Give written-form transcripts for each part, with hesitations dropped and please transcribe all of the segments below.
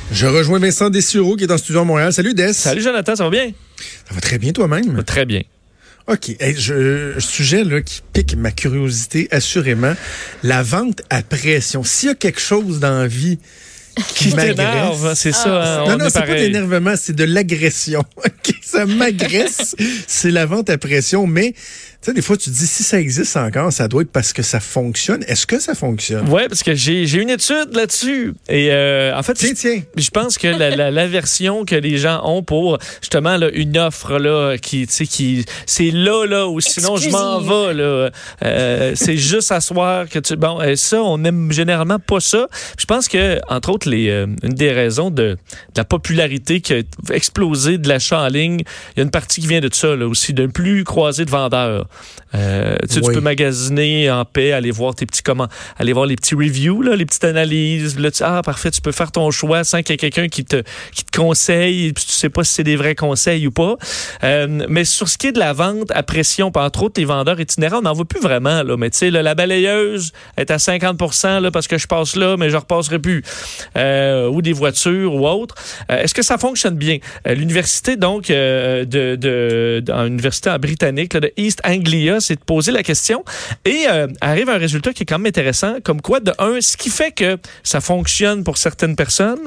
Je rejoins Vincent Dessureau qui est en studio à Montréal. Salut Des. Salut Jonathan, ça va bien? Ça va très bien toi-même? Très bien. OK. Un sujet là, qui pique ma curiosité, assurément. La vente à pression. S'il y a quelque chose dans la vie qui m'agresse... c'est ça. Non, c'est pas de l'énervement, c'est de l'agression. OK, ça m'agresse. C'est la vente à pression. Mais, tu sais, des fois, tu te dis, si ça existe encore, ça doit être parce que ça fonctionne. Est-ce que ça fonctionne? Oui, parce que j'ai une étude là-dessus. Et en fait, je pense que l'aversion que les gens ont pour, justement, là, une offre là, qui c'est là, ou sinon je m'en vais. Là. C'est juste à soir que tu... Bon, ça, on n'aime généralement pas ça. Je pense que, entre autres, une des raisons de la popularité qui a explosé de l'achat en ligne, il y a une partie qui vient de ça, là, aussi, d'un plus croisé de vendeurs. Tu peux magasiner en paix, aller voir aller voir les petits reviews, là, les petites analyses. Là, parfait, tu peux faire ton choix sans qu'il y ait quelqu'un qui te conseille, puis tu sais pas si c'est des vrais conseils ou pas. Mais sur ce qui est de la vente à pression, entre autres, les vendeurs itinérants, on n'en voit plus vraiment, là. Mais tu sais, la balayeuse est à 50% là, parce que je passe là, mais je repasserai plus. Ou des voitures ou autres. Est-ce que ça fonctionne bien? L'université, donc, une université en britannique, là, de East Anglia, c'est de poser la question et arrive un résultat qui est quand même intéressant, comme quoi, de un, ce qui fait que ça fonctionne pour certaines personnes,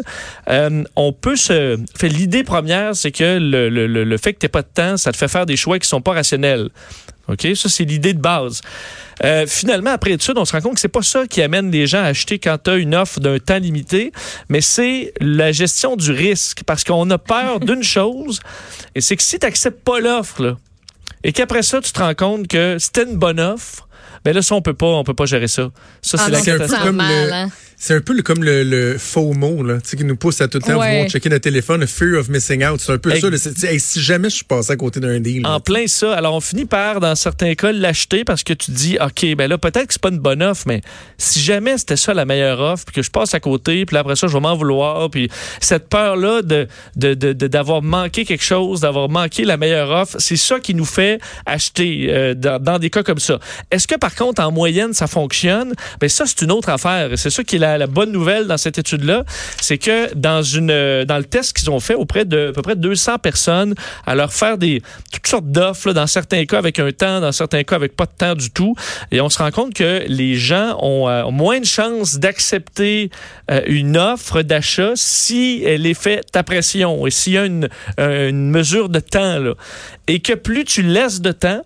on peut l'idée première, c'est que le fait que tu n'aies pas de temps, ça te fait faire des choix qui sont pas rationnels. OK? Ça, c'est l'idée de base. Finalement, après étude, on se rend compte que c'est pas ça qui amène les gens à acheter quand tu as une offre d'un temps limité, mais c'est la gestion du risque. Parce qu'on a peur d'une chose, et c'est que si tu n'acceptes pas l'offre, là, et qu'après ça, tu te rends compte que c'était une bonne offre, ben là, ça, on peut pas gérer ça. Ça, c'est la catastrophe. C'est un peu comme le FOMO, là, qui nous pousse à tout le temps vouloir checker notre téléphone, le fear of missing out. C'est un peu ça. Si jamais je suis passé à côté d'un deal. En plein ça. Alors, on finit par, dans certains cas, l'acheter parce que tu te dis, OK, ben là, peut-être que c'est pas une bonne offre, mais si jamais c'était ça la meilleure offre, puis que je passe à côté, puis là, après ça, je vais m'en vouloir, puis cette peur-là d'avoir manqué quelque chose, d'avoir manqué la meilleure offre, c'est ça qui nous fait acheter dans des cas comme ça. Est-ce que, par contre, en moyenne, ça fonctionne? Ben ça, c'est une autre affaire. C'est ça qui est la bonne nouvelle dans cette étude-là, c'est que dans le test qu'ils ont fait auprès de à peu près 200 personnes, à leur faire toutes sortes d'offres, là, dans certains cas avec un temps, dans certains cas avec pas de temps du tout, et on se rend compte que les gens ont moins de chances d'accepter une offre d'achat si elle est faite à pression et s'il y a une mesure de temps, là. Et que plus tu laisses de temps,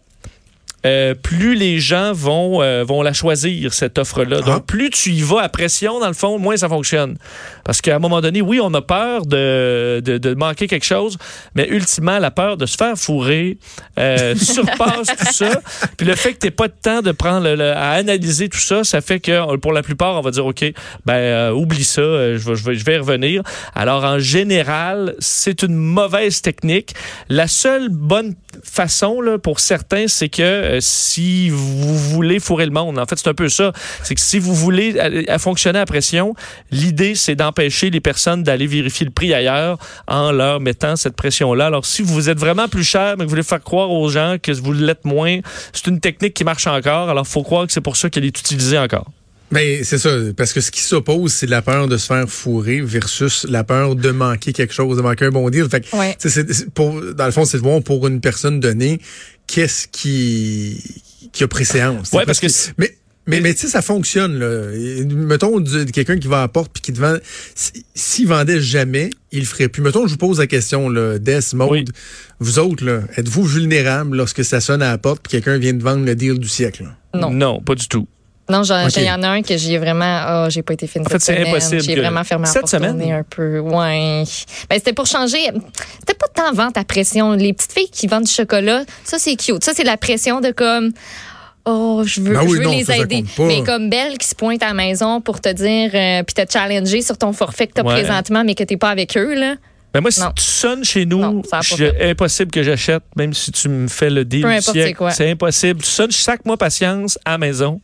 plus les gens vont la choisir, cette offre-là. Donc, plus tu y vas à pression, dans le fond, moins ça fonctionne. Parce qu'à un moment donné, oui, on a peur de manquer quelque chose, mais ultimement, la peur de se faire fourrer surpasse tout ça. Puis le fait que tu n'aies pas de temps de prendre à analyser tout ça, ça fait que, pour la plupart, on va dire, OK, oublie ça, je vais y revenir. Alors, en général, c'est une mauvaise technique. La seule bonne façon, là, pour certains, c'est que si vous voulez fourrer le monde, en fait, c'est un peu ça. C'est que si vous voulez fonctionner à pression, l'idée, c'est d'empêcher les personnes d'aller vérifier le prix ailleurs en leur mettant cette pression-là. Alors, si vous êtes vraiment plus cher, mais que vous voulez faire croire aux gens que vous l'êtes moins, c'est une technique qui marche encore. Alors, il faut croire que c'est pour ça qu'elle est utilisée encore. Ben, c'est ça, parce que ce qui s'oppose, c'est la peur de se faire fourrer versus la peur de manquer quelque chose, de manquer un bon deal. Fait que, dans le fond, c'est de voir pour une personne donnée, qu'est-ce qui a préséance. Oui, parce que... Mais tu sais, ça fonctionne, là. Mettons, quelqu'un qui va à la porte puis qui te vend, s'il vendait jamais, il le ferait plus. Mettons, je vous pose la question, là, Des, Maude, vous autres, là, êtes-vous vulnérables lorsque ça sonne à la porte puis quelqu'un vient de vendre le deal du siècle, là? Non, pas du tout. Non, il y en a un que j'ai vraiment... j'ai pas été fine cette semaine. En fait, c'est impossible. J'ai vraiment fermé la porte un peu. Ouais. Ben, c'était pour changer... C'était pas tant vente à pression. Les petites filles qui vendent du chocolat, ça, c'est cute. Ça, c'est la pression de comme... Oh, je veux les aider. Mais comme Belle qui se pointe à la maison pour te dire... puis te challenger sur ton forfait que t'as présentement, mais que t'es pas avec eux, là. Ben moi, si tu sonnes chez nous, c'est impossible que j'achète, même si tu me fais le deal du siècle. C'est impossible. Tu sonnes, sac-moi patience à la maison.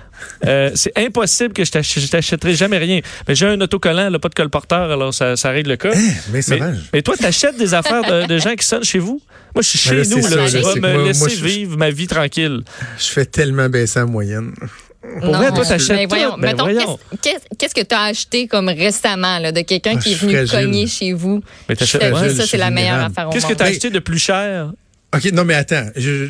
C'est impossible que je t'achèterai jamais rien. Mais j'ai un autocollant, là, pas de colporteur, alors ça règle le cas. Mais toi, t'achètes des affaires de gens qui sonnent chez vous? Moi, je suis chez nous, là, je vais me laisser vivre ma vie tranquille. Je fais tellement baisser en moyenne. Pour vrai, toi, t'achètes tout. Mettons, qu'est-ce que tu as acheté comme récemment là, de quelqu'un qui est venu cogner chez vous? Mais ça, c'est la meilleure affaire au monde. Qu'est-ce que tu as acheté de plus cher? OK, non, mais attends.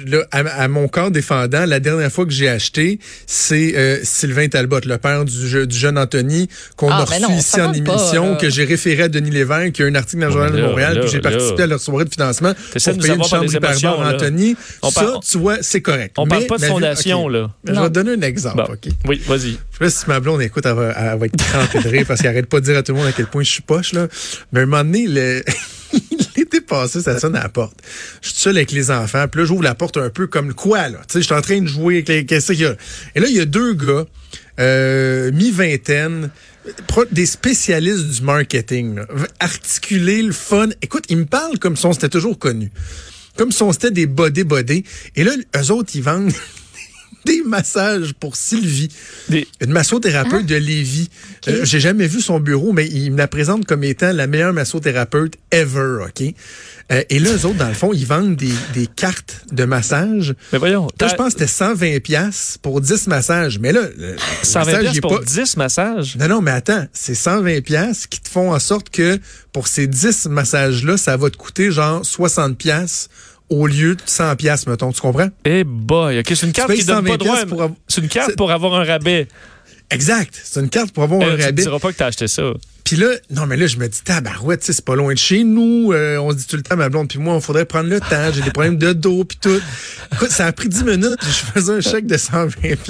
À mon corps défendant, la dernière fois que j'ai acheté, c'est Sylvain Talbot, le père du jeune Anthony, qu'on a reçu ici en émission, que j'ai référé à Denis Lévesque, qui a un article dans le Journal de Montréal, puis j'ai participé à leur soirée de financement pour payer une chambre hyperbare à Anthony. Ça, tu vois, c'est correct. On parle pas de fondation, là. Je vais te donner un exemple, OK? Oui, vas-y. Je sais pas si ma blonde écoute, elle va être trempée de rire parce qu'elle arrête pas de dire à tout le monde à quel point je suis poche, là. Mais à un moment donné, l'été passé, ça sonne à la porte. Je suis seul avec les enfants, puis là, j'ouvre la porte un peu comme quoi, là. Tu sais, je suis en train de jouer avec les... Qu'est-ce qu'il y a? Et là, il y a deux gars, mi-vingtaine, des spécialistes du marketing, là. Articulés, le fun. Écoute, ils me parlent comme si on s'était toujours connus. Comme si on s'était des bodés. Et là, eux autres, ils vendent... des massages pour Sylvie, une massothérapeute de Lévis. Okay. J'ai jamais vu son bureau, mais il me la présente comme étant la meilleure massothérapeute ever, OK? Et là, eux autres, dans le fond, ils vendent des cartes de massage. Mais voyons. Là, je pense que c'était 120$ pour 10 massages. Mais là, 120$ pour 10 massages? Non, mais attends, c'est 120$ qui te font en sorte que pour ces 10 massages-là, ça va te coûter genre 60$ au lieu de 100$, mettons. Tu comprends? Eh boy, OK, c'est une carte qui donne pas droit. C'est une carte pour avoir un rabais. Exact. C'est une carte pour avoir un rabais. Tu ne diras pas que tu as acheté ça. Puis là, non, mais là, je me dis, tabarouette, tu sais, c'est pas loin de chez nous. On se dit tout le temps, ma blonde puis moi, on faudrait prendre le temps. J'ai des problèmes de dos puis tout. Écoute, ça a pris 10 minutes puis je faisais un chèque de 120$.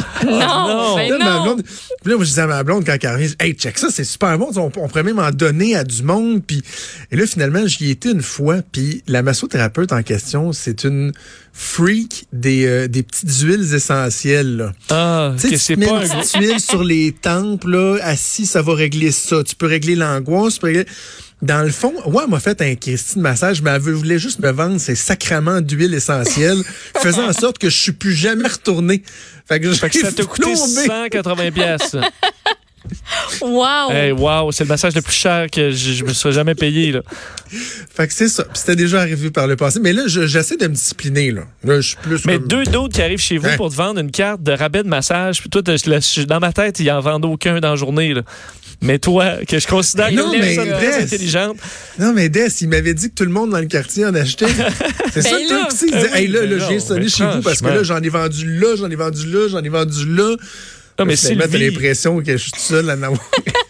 Non, là, ma blonde, puis là, moi, je disais à ma blonde quand elle revient, hey, check ça, c'est super bon. On pourrait même en donner à du monde. Puis, et là, finalement, j'y étais une fois. Puis la massothérapeute en question, c'est une freak des petites huiles essentielles, là. Ah, tu sais, c'est mets pas une petite huile sur les tempes, là, assis, ça va régler ça. Tu peux régler l'angoisse, Dans le fond, ouais, elle m'a fait un Christy de massage, mais elle voulait juste me vendre ces sacrements d'huile essentielle, faisant en sorte que je suis plus jamais retourné. Fait que ça t'a coûté 180$. Wow! Hey, wow, c'est le massage le plus cher que je me serais jamais payé, là. Fait que c'est ça. Puis c'était déjà arrivé par le passé. Mais là, j'essaie de me discipliner, là. Là, je suis plus. Mais deux d'autres qui arrivent chez vous pour te vendre une carte de rabais de massage. Puis toi, dans ma tête, ils en vendent aucun dans la journée, là. Mais toi, que je considère comme une personne très intelligente. Non, mais Des, il m'avait dit que tout le monde dans le quartier en achetait. C'est ça le truc aussi. Il disait, hey, là, j'ai sonné chez vous parce que là, j'en ai vendu là, j'en ai vendu là, j'en ai vendu là. Non, mais Sylvie... t'as l'impression que je suis tout seul à n'avoir.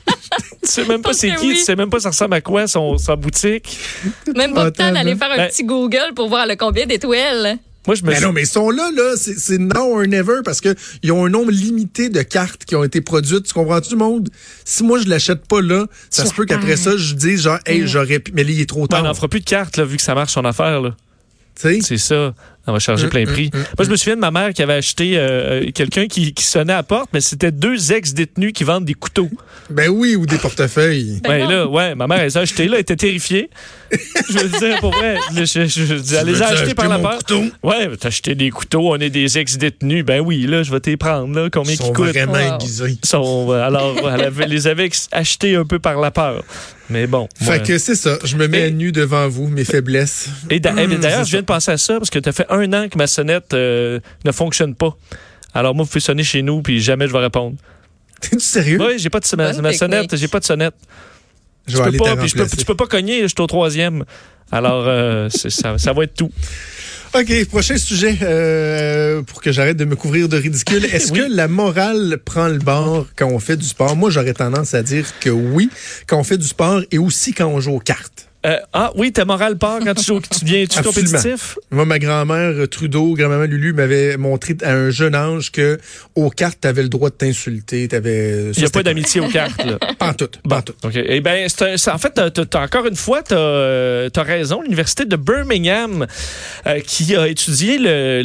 Tu sais même pas c'est qui, oui. Tu sais même pas ça ressemble à quoi sa boutique. Même pas le temps d'aller faire un petit Google pour voir le combien d'étoiles. Moi, je me non, mais ils sont là, c'est now or never parce que ils ont un nombre limité de cartes qui ont été produites. Tu comprends-tu, le monde? Si moi, je l'achète pas là, ça se peut qu'après ça, je dise genre, hey, j'aurais pu, mais là, il est trop tard. On n'en fera plus de cartes, là, vu que ça marche son affaire, là. T'sais? C'est ça. On va charger plein prix. Moi, je me souviens de ma mère qui avait acheté quelqu'un qui sonnait à la porte, mais c'était 2 ex-détenus qui vendent des couteaux. Ben oui, ou des portefeuilles. Ma mère, elle les a achetés là, elle était terrifiée. Je veux dire, pour vrai, elle les a achetés par la porte. Ouais, t'as acheté des couteaux, on est des ex-détenus. Ben oui, là, je vais t'y prendre, là. Combien ils coûtent? Ils sont vraiment aiguisés. Alors, elle les avait achetés un peu par la peur. Mais bon. Fait que c'est ça. Je me mets à nu devant vous, mes faiblesses. Et d'ailleurs, je viens de penser à ça parce que t'as fait 1 an que ma sonnette ne fonctionne pas. Alors moi, vous pouvez sonner chez nous puis jamais je vais répondre. T'es sérieux? Oui, j'ai pas de sonnette. J'ai pas de sonnette. Tu peux pas cogner, je suis au 3e. Alors, ça va être tout. OK, prochain sujet pour que j'arrête de me couvrir de ridicule. Est-ce que la morale prend le bord quand on fait du sport? Moi, j'aurais tendance à dire que oui, quand on fait du sport et aussi quand on joue aux cartes. Oui, ta morale part quand tu deviens-tu compétitif? Moi, ma grand-mère Trudeau, grand-maman Lulu m'avait montré à un jeune âge que aux cartes, t'avais le droit de t'insulter. Il n'y a pas d'amitié aux cartes, là. Pas en tout. OK. Eh bien, en fait, t'as encore une fois, t'as raison. L'Université de Birmingham qui a étudié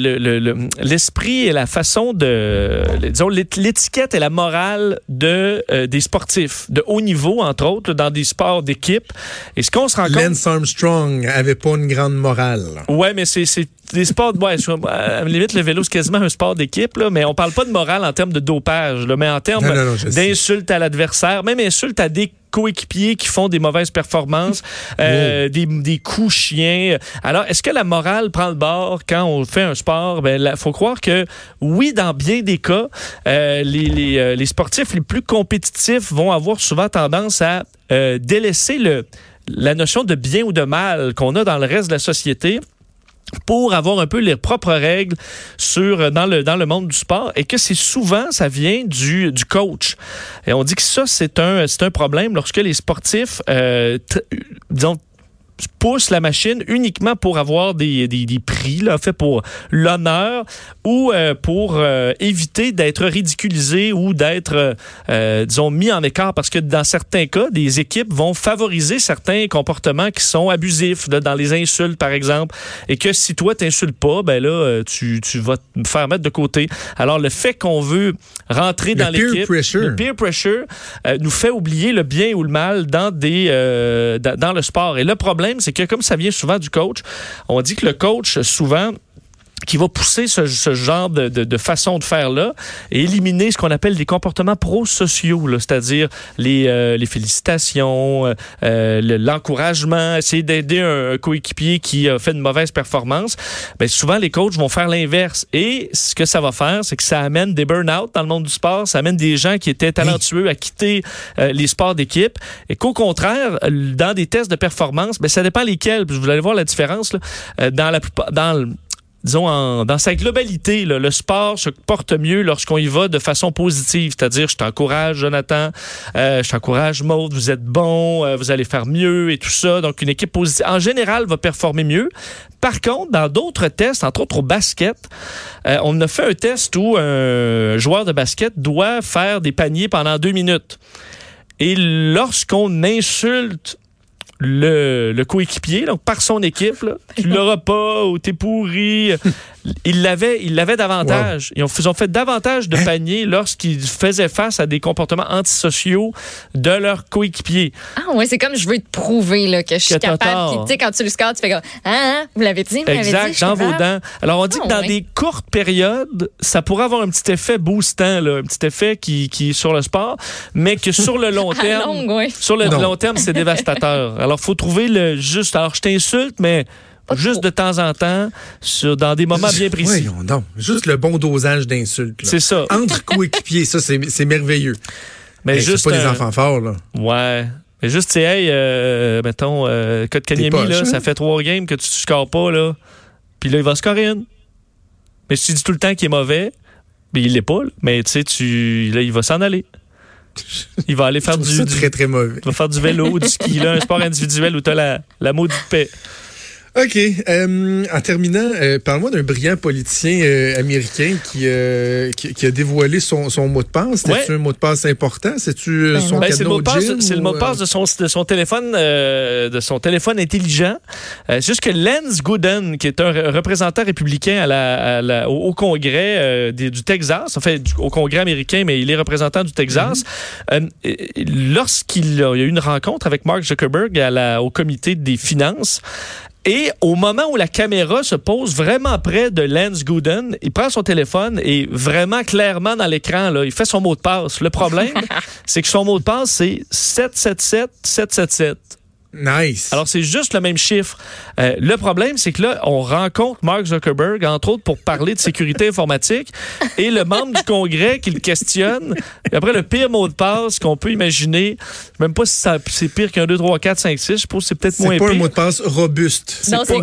l'esprit et la façon disons, l'étiquette et la morale des sportifs de haut niveau, entre autres, dans des sports d'équipe. Et ce qu'on se rend Lance Armstrong avait pas une grande morale. Ouais, mais c'est des sports, à la limite, le vélo, c'est quasiment un sport d'équipe, là, mais on parle pas de morale en termes de dopage, là, mais en termes d'insultes à l'adversaire, même insultes à des coéquipiers qui font des mauvaises performances, des coups chiens. Alors, est-ce que la morale prend le bord quand on fait un sport? Ben, faut croire que, oui, dans bien des cas, les sportifs les plus compétitifs vont avoir souvent tendance à délaisser la notion de bien ou de mal qu'on a dans le reste de la société pour avoir un peu les propres règles dans le monde du sport, et que ça vient du coach. Et on dit que ça, c'est un problème lorsque les sportifs, pousse la machine uniquement pour avoir des prix, là, fait pour l'honneur ou pour éviter d'être ridiculisé ou d'être, mis en écart, parce que dans certains cas, des équipes vont favoriser certains comportements qui sont abusifs, là, dans les insultes, par exemple, et que si toi, t'insultes pas, ben là, tu vas te faire mettre de côté. Alors, le fait qu'on veut rentrer dans l'équipe, le peer pressure nous fait oublier le bien ou le mal dans le sport. Et le problème, c'est que comme ça vient souvent du coach, on dit que le coach, souvent, qui va pousser ce genre de façon de faire-là et éliminer ce qu'on appelle des comportements prosociaux, là, c'est-à-dire les félicitations, l'encouragement, essayer d'aider un coéquipier qui a fait une mauvaise performance. Bien, souvent, les coachs vont faire l'inverse. Et ce que ça va faire, c'est que ça amène des burn-out dans le monde du sport, ça amène des gens qui étaient talentueux à quitter les sports d'équipe, et qu'au contraire, dans des tests de performance, bien, ça dépend lesquels. Vous allez voir la différence là, dans sa globalité, là, le sport se porte mieux lorsqu'on y va de façon positive. C'est-à-dire, je t'encourage, Jonathan, je t'encourage, Maude, vous êtes bon, vous allez faire mieux et tout ça. Donc, une équipe positive, en général, va performer mieux. Par contre, dans d'autres tests, entre autres au basket, on a fait un test où un joueur de basket doit faire des paniers pendant 2 minutes. Et lorsqu'on insulte le coéquipier, donc par son équipe, là, tu l'auras pas ou t'es pourri. Il l'avait davantage. Wow. Ils ont fait davantage de paniers lorsqu'ils faisaient face à des comportements antisociaux de leurs coéquipiers. Ah ouais, c'est comme je veux te prouver là, que je suis capable. Puis tu sais, quand tu le scores, tu fais comme vous l'avez dit, exact, dans vos dents. Alors on dit que dans des courtes périodes, ça pourrait avoir un petit effet boostant, là, un petit effet qui est sur le sport, mais que sur le long terme, long terme, c'est dévastateur. Alors faut trouver le juste. Alors je t'insulte, mais juste de temps en temps, dans des moments bien précis. Voyons donc. Juste le bon dosage d'insultes. Là. C'est ça. Entre coéquipiers, ça, c'est merveilleux. Mais juste, c'est pas des enfants forts, là. Ouais. Mais juste, tu sais, mettons, Kotkaniemi, là, ça fait 3 games que tu scores pas, là. Puis là, il va scorer une. Mais si tu dis tout le temps qu'il est mauvais, ben, il l'est pas, là. Mais tu sais, là, il va s'en aller. Il va aller faire très, très mauvais. Il va faire du vélo ou du ski, là, un sport individuel où t'as la maudite paix. OK. En terminant, parle-moi d'un brillant politicien américain qui a dévoilé son mot de passe. C'était un mot de passe important? C'est-tu son cadeau de gym? C'est le mot de passe de son téléphone intelligent. C'est juste que Lance Gooden, qui est un représentant républicain au Congrès du Texas, en fait, au Congrès américain, mais il est représentant du Texas, lorsqu'il y a eu une rencontre avec Mark Zuckerberg au comité des finances, et au moment où la caméra se pose vraiment près de Lance Gooden, il prend son téléphone et vraiment clairement dans l'écran, là, il fait son mot de passe. Le problème, c'est que son mot de passe, c'est 777-777. Nice. Alors, c'est juste le même chiffre. Le problème, c'est que là, on rencontre Mark Zuckerberg, entre autres, pour parler de sécurité informatique, et le membre du Congrès qui le questionne. Et après, le pire mot de passe qu'on peut imaginer, même pas si c'est pire qu'un 2, 3, 4, 5, 6, je suppose que c'est peut-être moins pire. C'est pas un mot de passe robuste. Non, c'est comme,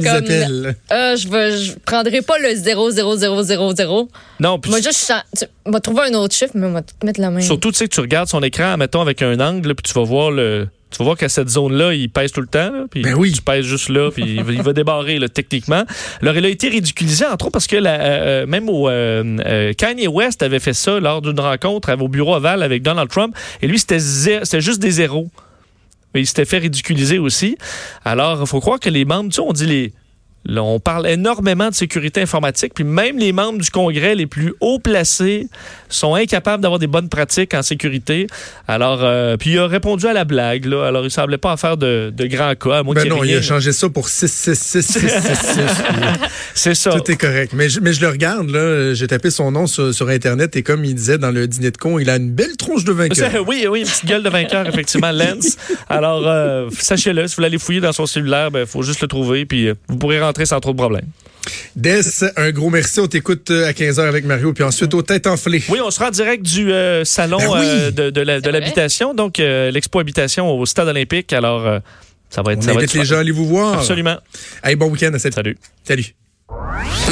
je prendrai pas le 00000. Non, puis moi, juste, tu vas trouver un autre chiffre, mais on va te mettre la main. Surtout, tu sais, que tu regardes son écran, mettons, avec un angle, puis tu vas voir tu vas voir qu'à cette zone-là, il pèse tout le temps. Là, puis tu pèses juste là, puis il va débarrer là, techniquement. Alors, il a été ridiculisé, entre autres, parce que même Kanye West avait fait ça lors d'une rencontre au bureau Oval avec Donald Trump. Et lui, c'était juste des zéros. Mais il s'était fait ridiculiser aussi. Alors, il faut croire que les membres, tu sais, on dit Là, on parle énormément de sécurité informatique, puis même les membres du Congrès les plus haut placés sont incapables d'avoir des bonnes pratiques en sécurité. Alors, puis il a répondu à la blague, là. Alors, il semblait pas en faire de grands cas. Il a changé ça pour 66666. C'est ça. Tout est correct. Mais je le regarde, là. J'ai tapé son nom sur Internet et comme il disait dans le dîner de con, il a une belle tronche de vainqueur. Oui, une petite gueule de vainqueur, effectivement, Lance. Alors, sachez-le, si vous l'allez fouiller dans son cellulaire, il faut juste le trouver, puis vous pourrez rentrer sans trop de problèmes. Des, un gros merci. On t'écoute à 15h avec Mario, puis ensuite aux têtes enflées. Oui, on sera en direct du salon de l'habitation, donc l'Expo Habitation au Stade olympique. Alors, ça va être... On invite les gens à aller vous voir. Absolument. Allez, bon week-end à cette... Salut.